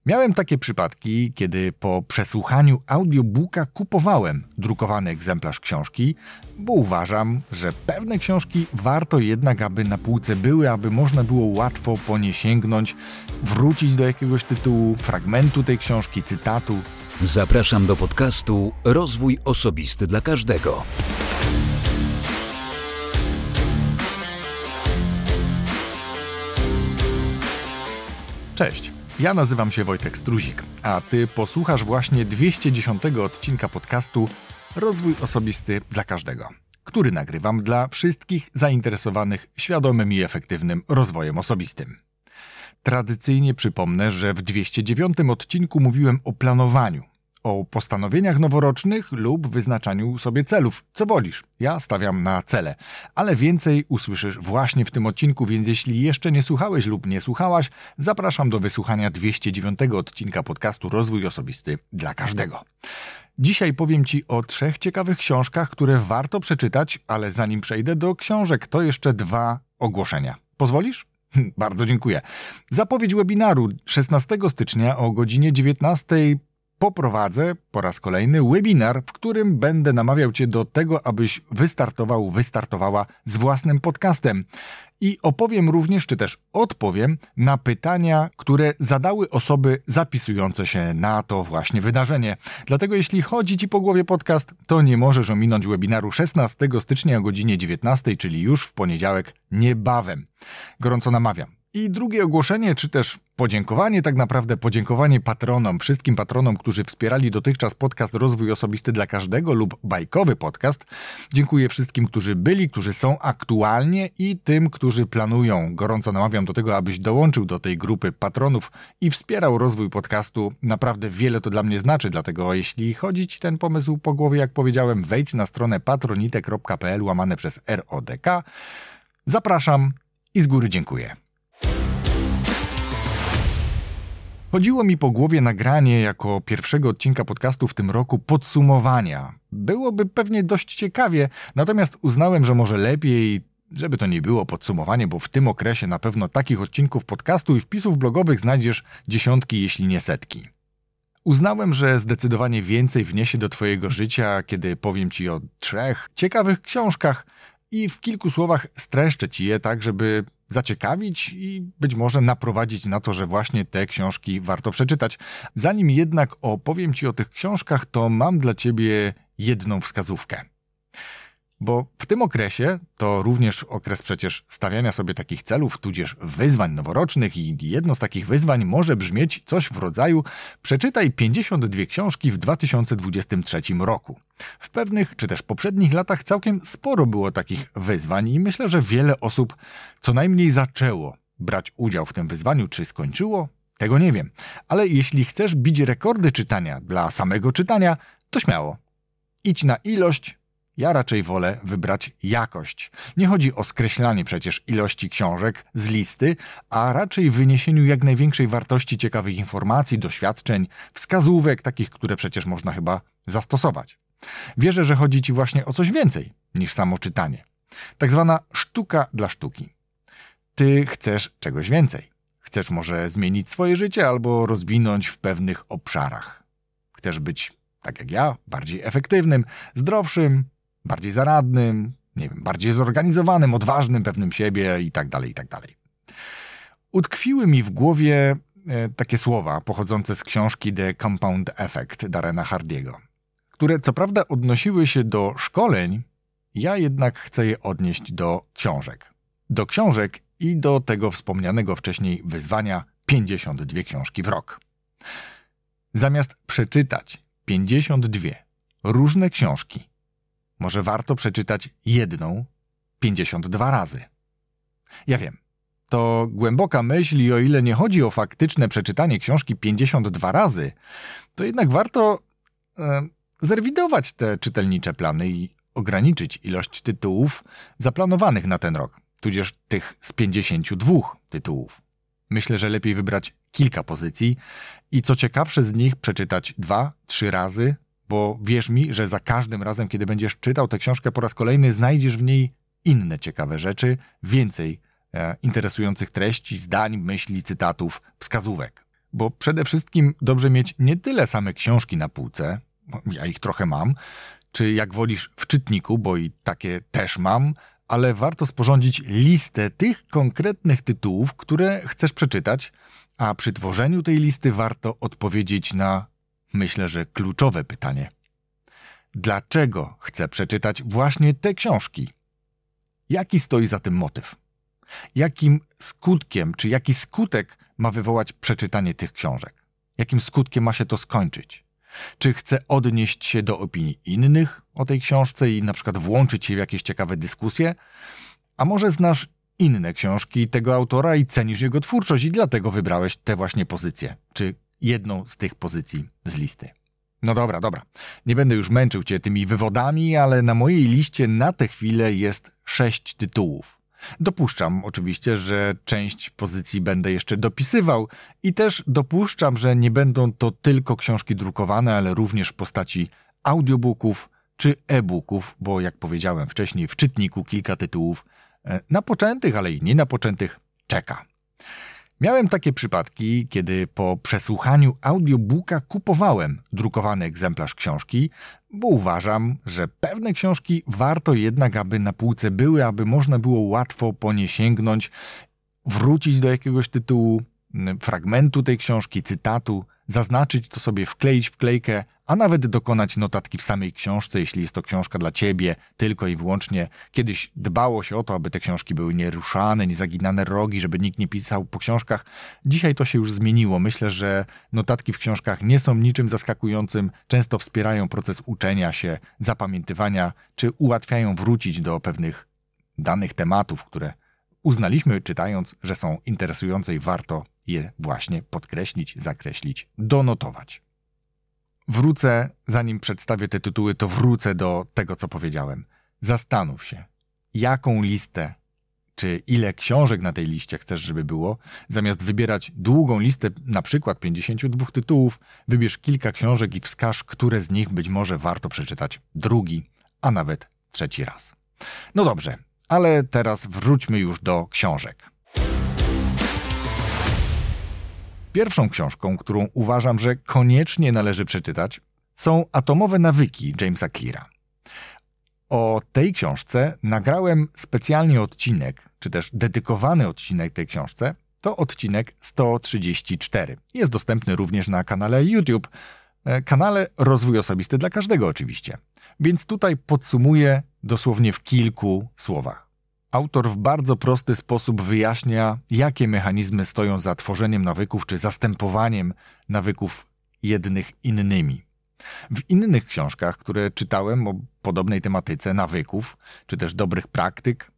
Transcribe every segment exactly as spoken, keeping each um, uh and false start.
Miałem takie przypadki, kiedy po przesłuchaniu audiobooka kupowałem drukowany egzemplarz książki, bo uważam, że pewne książki warto jednak, aby na półce były, aby można było łatwo po nie sięgnąć, wrócić do jakiegoś tytułu, fragmentu tej książki, cytatu. Zapraszam do podcastu Rozwój Osobisty dla Każdego. Cześć. Ja nazywam się Wojtek Struzik, a Ty posłuchasz właśnie dwieście dziesiątego odcinka podcastu Rozwój Osobisty dla Każdego, który nagrywam dla wszystkich zainteresowanych świadomym i efektywnym rozwojem osobistym. Tradycyjnie przypomnę, że w dwieście dziewiątym odcinku mówiłem o planowaniu, o postanowieniach noworocznych lub wyznaczaniu sobie celów. Co wolisz? Ja stawiam na cele. Ale więcej usłyszysz właśnie w tym odcinku, więc jeśli jeszcze nie słuchałeś lub nie słuchałaś, zapraszam do wysłuchania dwieście dziewiątego odcinka podcastu Rozwój Osobisty dla Każdego. Dzisiaj powiem Ci o trzech ciekawych książkach, które warto przeczytać, ale zanim przejdę do książek, to jeszcze dwa ogłoszenia. Pozwolisz? Bardzo dziękuję. Zapowiedź webinaru szesnastego stycznia o godzinie dziewiętnastej poprowadzę po raz kolejny webinar, w którym będę namawiał Cię do tego, abyś wystartował, wystartowała z własnym podcastem. I opowiem również, czy też odpowiem na pytania, które zadały osoby zapisujące się na to właśnie wydarzenie. Dlatego jeśli chodzi Ci po głowie podcast, to nie możesz ominąć webinaru szesnastego stycznia o godzinie dziewiętnastej, czyli już w poniedziałek niebawem. Gorąco namawiam. I drugie ogłoszenie, czy też podziękowanie, tak naprawdę podziękowanie patronom, wszystkim patronom, którzy wspierali dotychczas podcast Rozwój Osobisty dla Każdego lub bajkowy podcast. Dziękuję wszystkim, którzy byli, którzy są aktualnie i tym, którzy planują. Gorąco namawiam do tego, abyś dołączył do tej grupy patronów i wspierał rozwój podcastu. Naprawdę wiele to dla mnie znaczy, dlatego jeśli chodzi Ci ten pomysł po głowie, jak powiedziałem, wejdź na stronę patronite kropka p l łamane przez R O D K. Zapraszam i z góry dziękuję. Chodziło mi po głowie nagranie jako pierwszego odcinka podcastu w tym roku podsumowania. Byłoby pewnie dość ciekawie, natomiast uznałem, że może lepiej, żeby to nie było podsumowanie, bo w tym okresie na pewno takich odcinków podcastu i wpisów blogowych znajdziesz dziesiątki, jeśli nie setki. Uznałem, że zdecydowanie więcej wniesie do Twojego życia, kiedy powiem Ci o trzech ciekawych książkach i w kilku słowach streszczę Ci je tak, żeby zaciekawić i być może naprowadzić na to, że właśnie te książki warto przeczytać. Zanim jednak opowiem Ci o tych książkach, to mam dla Ciebie jedną wskazówkę. Bo w tym okresie, to również okres przecież stawiania sobie takich celów, tudzież wyzwań noworocznych i jedno z takich wyzwań może brzmieć coś w rodzaju przeczytaj pięćdziesiąt dwie książki w dwa tysiące dwudziestym trzecim roku. W pewnych czy też poprzednich latach całkiem sporo było takich wyzwań i myślę, że wiele osób co najmniej zaczęło brać udział w tym wyzwaniu. Czy skończyło? Tego nie wiem. Ale jeśli chcesz bić rekordy czytania dla samego czytania, to śmiało. Idź na ilość. Ja raczej wolę wybrać jakość. Nie chodzi o skreślanie przecież ilości książek z listy, a raczej wyniesieniu jak największej wartości ciekawych informacji, doświadczeń, wskazówek, takich, które przecież można chyba zastosować. Wierzę, że chodzi Ci właśnie o coś więcej niż samo czytanie. Tak zwana sztuka dla sztuki. Ty chcesz czegoś więcej. Chcesz może zmienić swoje życie albo rozwinąć w pewnych obszarach. Chcesz być, tak jak ja, bardziej efektywnym, zdrowszym, bardziej zaradnym, nie wiem, bardziej zorganizowanym, odważnym, pewnym siebie i tak dalej, i tak dalej. Utkwiły mi w głowie e, takie słowa pochodzące z książki The Compound Effect Darrena Hardiego, które co prawda odnosiły się do szkoleń, ja jednak chcę je odnieść do książek. Do książek i do tego wspomnianego wcześniej wyzwania pięćdziesiąt dwie książki w rok. Zamiast przeczytać pięćdziesiąt dwie różne książki, może warto przeczytać jedną pięćdziesiąt dwa razy. Ja wiem, to głęboka myśl i o ile nie chodzi o faktyczne przeczytanie książki pięćdziesiąt dwa razy, to jednak warto e, zrewidować te czytelnicze plany i ograniczyć ilość tytułów zaplanowanych na ten rok, tudzież tych z pięćdziesięciu dwóch tytułów. Myślę, że lepiej wybrać kilka pozycji i co ciekawsze z nich przeczytać dwa, trzy razy, bo wierz mi, że za każdym razem, kiedy będziesz czytał tę książkę po raz kolejny, znajdziesz w niej inne ciekawe rzeczy, więcej e, interesujących treści, zdań, myśli, cytatów, wskazówek. bo przede wszystkim dobrze mieć nie tyle same książki na półce, ja ich trochę mam, czy jak wolisz w czytniku, bo i takie też mam, ale warto sporządzić listę tych konkretnych tytułów, które chcesz przeczytać, a przy tworzeniu tej listy warto odpowiedzieć na, myślę, że kluczowe pytanie. Dlaczego chcę przeczytać właśnie te książki? Jaki stoi za tym motyw? Jakim skutkiem, czy jaki skutek ma wywołać przeczytanie tych książek? Jakim skutkiem ma się to skończyć? Czy chcę odnieść się do opinii innych o tej książce i na przykład włączyć się w jakieś ciekawe dyskusje? A może znasz inne książki tego autora i cenisz jego twórczość i dlatego wybrałeś tę właśnie pozycję, czy jedną z tych pozycji z listy? No dobra, dobra. Nie będę już męczył cię tymi wywodami, ale na mojej liście na tę chwilę jest sześć tytułów. Dopuszczam oczywiście, że część pozycji będę jeszcze dopisywał i też dopuszczam, że nie będą to tylko książki drukowane, ale również w postaci audiobooków czy e-booków, bo jak powiedziałem wcześniej, w czytniku kilka tytułów napoczętych, ale i nienapoczętych czeka. Miałem takie przypadki, kiedy po przesłuchaniu audiobooka kupowałem drukowany egzemplarz książki, bo uważam, że pewne książki warto jednak, aby na półce były, aby można było łatwo po nie sięgnąć, wrócić do jakiegoś tytułu, fragmentu tej książki, cytatu, zaznaczyć to sobie, wkleić wklejkę, a nawet dokonać notatki w samej książce, jeśli jest to książka dla ciebie, tylko i wyłącznie. Kiedyś dbało się o to, aby te książki były nieruszane, nie zaginane rogi, żeby nikt nie pisał po książkach. Dzisiaj to się już zmieniło. Myślę, że notatki w książkach nie są niczym zaskakującym, często wspierają proces uczenia się, zapamiętywania, czy ułatwiają wrócić do pewnych danych tematów, które uznaliśmy, czytając, że są interesujące i warto je właśnie podkreślić, zakreślić, donotować. Wrócę, zanim przedstawię te tytuły, to wrócę do tego, co powiedziałem. Zastanów się, jaką listę, czy ile książek na tej liście chcesz, żeby było. Zamiast wybierać długą listę, na przykład pięćdziesięciu dwóch tytułów, wybierz kilka książek i wskaż, które z nich być może warto przeczytać drugi, a nawet trzeci raz. No dobrze, ale teraz wróćmy już do książek. Pierwszą książką, którą uważam, że koniecznie należy przeczytać, są Atomowe nawyki Jamesa Cleara. O tej książce nagrałem specjalnie odcinek, czy też dedykowany odcinek tej książce. To odcinek sto trzydzieści cztery. Jest dostępny również na kanale YouTube, kanale Rozwój Osobisty dla Każdego oczywiście. Więc tutaj podsumuję dosłownie w kilku słowach. Autor w bardzo prosty sposób wyjaśnia, jakie mechanizmy stoją za tworzeniem nawyków czy zastępowaniem nawyków jednych innymi. W innych książkach, które czytałem o podobnej tematyce nawyków, czy też dobrych praktyk,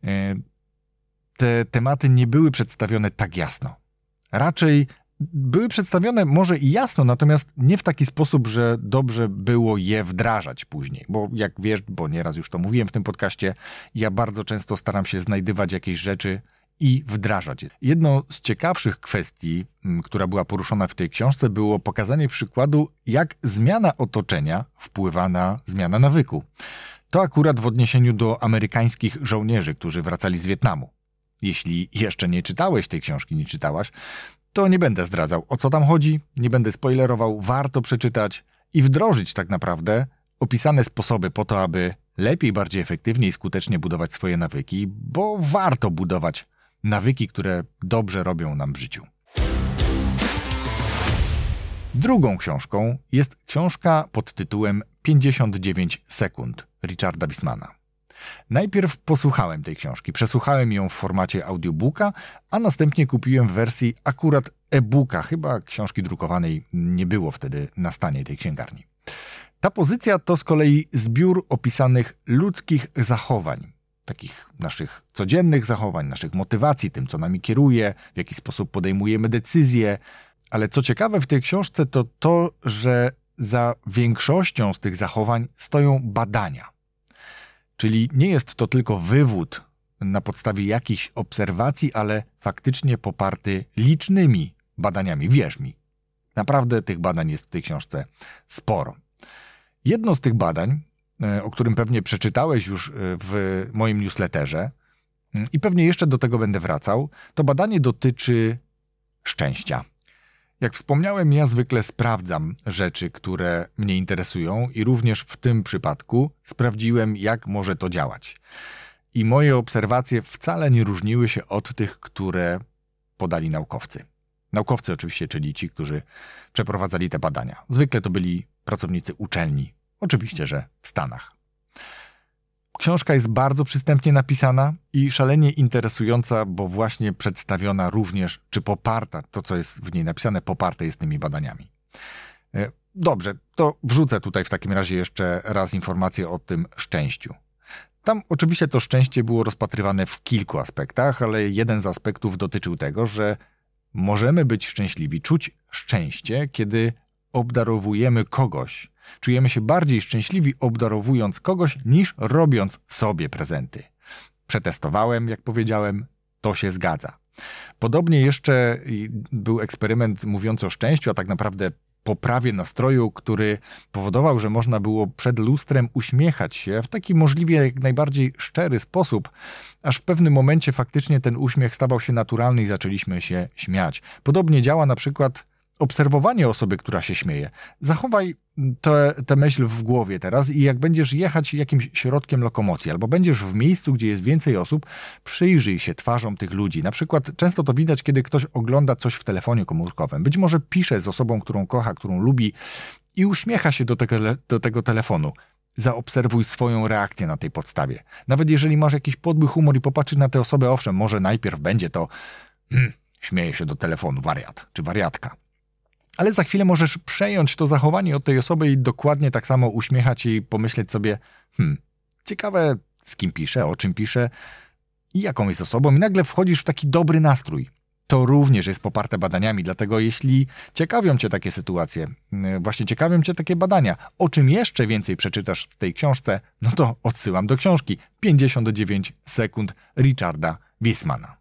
te tematy nie były przedstawione tak jasno. Raczej były przedstawione może i jasno, natomiast nie w taki sposób, że dobrze było je wdrażać później. Bo jak wiesz, bo nieraz już to mówiłem w tym podcaście, ja bardzo często staram się znajdywać jakieś rzeczy i wdrażać je. Jedną z ciekawszych kwestii, która była poruszona w tej książce, było pokazanie przykładu, jak zmiana otoczenia wpływa na zmianę nawyku. To akurat w odniesieniu do amerykańskich żołnierzy, którzy wracali z Wietnamu. Jeśli jeszcze nie czytałeś tej książki, nie czytałaś, to nie będę zdradzał, o co tam chodzi, nie będę spoilerował, warto przeczytać i wdrożyć tak naprawdę opisane sposoby po to, aby lepiej, bardziej efektywnie i skutecznie budować swoje nawyki, bo warto budować nawyki, które dobrze robią nam w życiu. Drugą książką jest książka pod tytułem pięćdziesiąt dziewięć sekund Richarda Wisemana. Najpierw posłuchałem tej książki, przesłuchałem ją w formacie audiobooka, a następnie kupiłem w wersji akurat e-booka. Chyba książki drukowanej nie było wtedy na stanie tej księgarni. Ta pozycja to z kolei zbiór opisanych ludzkich zachowań, takich naszych codziennych zachowań, naszych motywacji, tym co nami kieruje, w jaki sposób podejmujemy decyzje. Ale co ciekawe w tej książce to to, że za większością z tych zachowań stoją badania. Czyli nie jest to tylko wywód na podstawie jakichś obserwacji, ale faktycznie poparty licznymi badaniami. Wierz mi, naprawdę tych badań jest w tej książce sporo. Jedno z tych badań, o którym pewnie przeczytałeś już w moim newsletterze i pewnie jeszcze do tego będę wracał, to badanie dotyczy szczęścia. Jak wspomniałem, ja zwykle sprawdzam rzeczy, które mnie interesują i również w tym przypadku sprawdziłem, jak może to działać. I moje obserwacje wcale nie różniły się od tych, które podali naukowcy. Naukowcy oczywiście, czyli ci, którzy przeprowadzali te badania. Zwykle to byli pracownicy uczelni. Oczywiście, że w Stanach. Książka jest bardzo przystępnie napisana i szalenie interesująca, bo właśnie przedstawiona również, czy poparta, to co jest w niej napisane, poparte jest tymi badaniami. Dobrze, to wrzucę tutaj w takim razie jeszcze raz informację o tym szczęściu. Tam oczywiście to szczęście było rozpatrywane w kilku aspektach, ale jeden z aspektów dotyczył tego, że możemy być szczęśliwi, czuć szczęście, kiedy obdarowujemy kogoś. Czujemy się bardziej szczęśliwi obdarowując kogoś, niż robiąc sobie prezenty. Przetestowałem, jak powiedziałem, to się zgadza. Podobnie jeszcze był eksperyment mówiący o szczęściu, a tak naprawdę poprawie nastroju, który powodował, że można było przed lustrem uśmiechać się w taki możliwie jak najbardziej szczery sposób, aż w pewnym momencie faktycznie ten uśmiech stawał się naturalny i zaczęliśmy się śmiać. Podobnie działa na przykład obserwowanie osoby, która się śmieje. Zachowaj tę myśl w głowie teraz i jak będziesz jechać jakimś środkiem lokomocji albo będziesz w miejscu, gdzie jest więcej osób, przyjrzyj się twarzom tych ludzi. Na przykład często to widać, kiedy ktoś ogląda coś w telefonie komórkowym. Być może pisze z osobą, którą kocha, którą lubi i uśmiecha się do tego, do tego telefonu. Zaobserwuj swoją reakcję na tej podstawie. Nawet jeżeli masz jakiś podły humor i popatrzysz na tę osobę, owszem, może najpierw będzie to hmm, śmieje się do telefonu, wariat czy wariatka. Ale za chwilę możesz przejąć to zachowanie od tej osoby i dokładnie tak samo uśmiechać się i pomyśleć sobie, hmm, ciekawe z kim pisze, o czym pisze i jaką jest osobą i nagle wchodzisz w taki dobry nastrój. To również jest poparte badaniami, dlatego jeśli ciekawią Cię takie sytuacje, właśnie ciekawią Cię takie badania, o czym jeszcze więcej przeczytasz w tej książce, no to odsyłam do książki pięćdziesiąt dziewięć sekund Richarda Wisemana.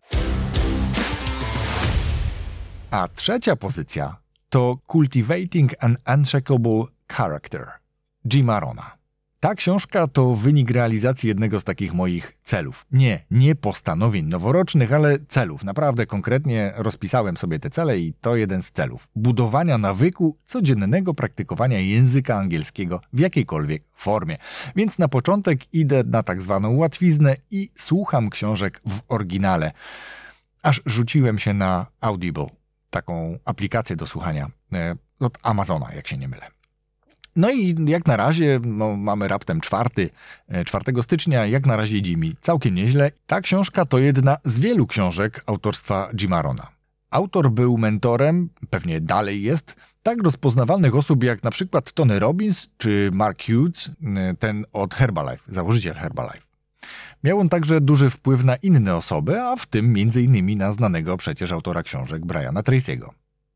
A trzecia pozycja to Cultivating an Unshakable Character Jima Rohna. Ta książka to wynik realizacji jednego z takich moich celów. Nie, nie postanowień noworocznych, ale celów. Naprawdę konkretnie rozpisałem sobie te cele i to jeden z celów. Budowania nawyku codziennego praktykowania języka angielskiego w jakiejkolwiek formie. Więc na początek idę na tak zwaną łatwiznę i słucham książek w oryginale. Aż rzuciłem się na Audible. Taką aplikację do słuchania od Amazona, jak się nie mylę. No i jak na razie, no, mamy raptem czwarty, czwartego stycznia, jak na razie idzie mi całkiem nieźle. Ta książka to jedna z wielu książek autorstwa Jima Rohna. Autor był mentorem, pewnie dalej jest, tak rozpoznawalnych osób jak na przykład Tony Robbins czy Mark Hughes, ten od Herbalife, założyciel Herbalife. Miał on także duży wpływ na inne osoby, a w tym między innymi na znanego przecież autora książek Briana Tracy'ego.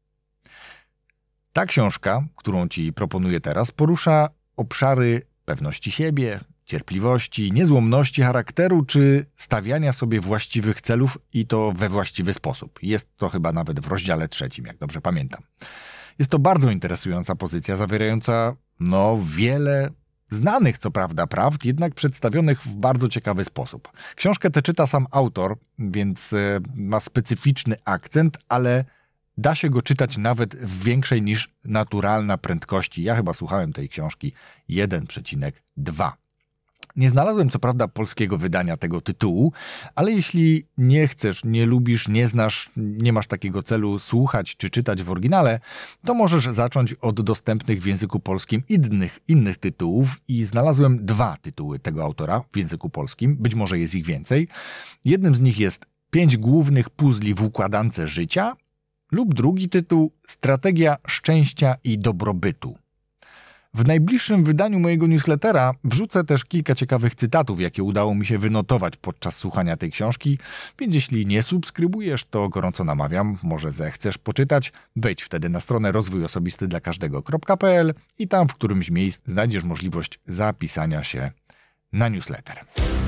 Ta książka, którą Ci proponuję teraz, porusza obszary pewności siebie, cierpliwości, niezłomności charakteru czy stawiania sobie właściwych celów i to we właściwy sposób. Jest to chyba nawet w rozdziale trzecim, jak dobrze pamiętam. Jest to bardzo interesująca pozycja, zawierająca no wiele znanych co prawda prawd, jednak przedstawionych w bardzo ciekawy sposób. Książkę tę czyta sam autor, więc ma specyficzny akcent, ale da się go czytać nawet w większej niż naturalna prędkości. Ja chyba słuchałem tej książki jeden przecinek dwa. Nie znalazłem co prawda polskiego wydania tego tytułu, ale jeśli nie chcesz, nie lubisz, nie znasz, nie masz takiego celu słuchać czy czytać w oryginale, to możesz zacząć od dostępnych w języku polskim innych, innych tytułów i znalazłem dwa tytuły tego autora w języku polskim, być może jest ich więcej. Jednym z nich jest Pięć głównych puzli w układance życia lub drugi tytuł Strategia szczęścia i dobrobytu. W najbliższym wydaniu mojego newslettera wrzucę też kilka ciekawych cytatów, jakie udało mi się wynotować podczas słuchania tej książki, więc jeśli nie subskrybujesz, to gorąco namawiam, może zechcesz poczytać, wejdź wtedy na stronę rozwój osobisty dla każdego kropka p l i tam w którymś miejscu znajdziesz możliwość zapisania się na newsletter.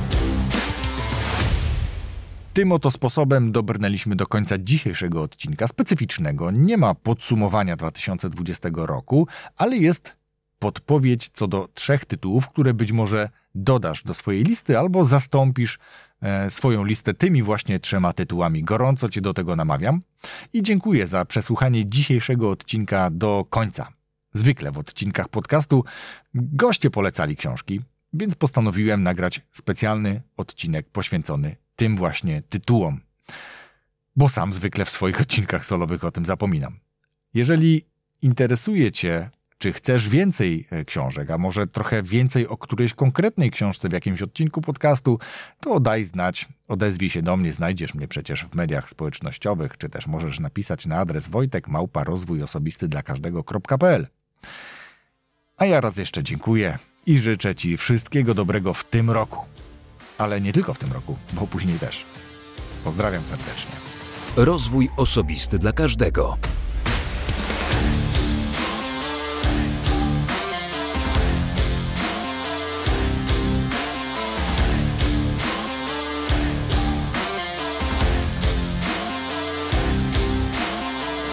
Tym oto sposobem dobrnęliśmy do końca dzisiejszego odcinka specyficznego. Nie ma podsumowania dwa tysiące dwudziestego roku, ale jest podpowiedź co do trzech tytułów, które być może dodasz do swojej listy albo zastąpisz e, swoją listę tymi właśnie trzema tytułami. Gorąco Cię do tego namawiam i dziękuję za przesłuchanie dzisiejszego odcinka do końca. Zwykle w odcinkach podcastu goście polecali książki, więc postanowiłem nagrać specjalny odcinek poświęcony tym właśnie tytułom, bo sam zwykle w swoich odcinkach solowych o tym zapominam. Jeżeli interesuje Cię, czy chcesz więcej książek, a może trochę więcej o którejś konkretnej książce w jakimś odcinku podcastu, to daj znać, odezwij się do mnie, znajdziesz mnie przecież w mediach społecznościowych, czy też możesz napisać na adres wojtek małpa rozwój osobisty dla każdego kropka pe el. A ja raz jeszcze dziękuję i życzę Ci wszystkiego dobrego w tym roku. Ale nie tylko w tym roku, bo później też. Pozdrawiam serdecznie. Rozwój osobisty dla każdego.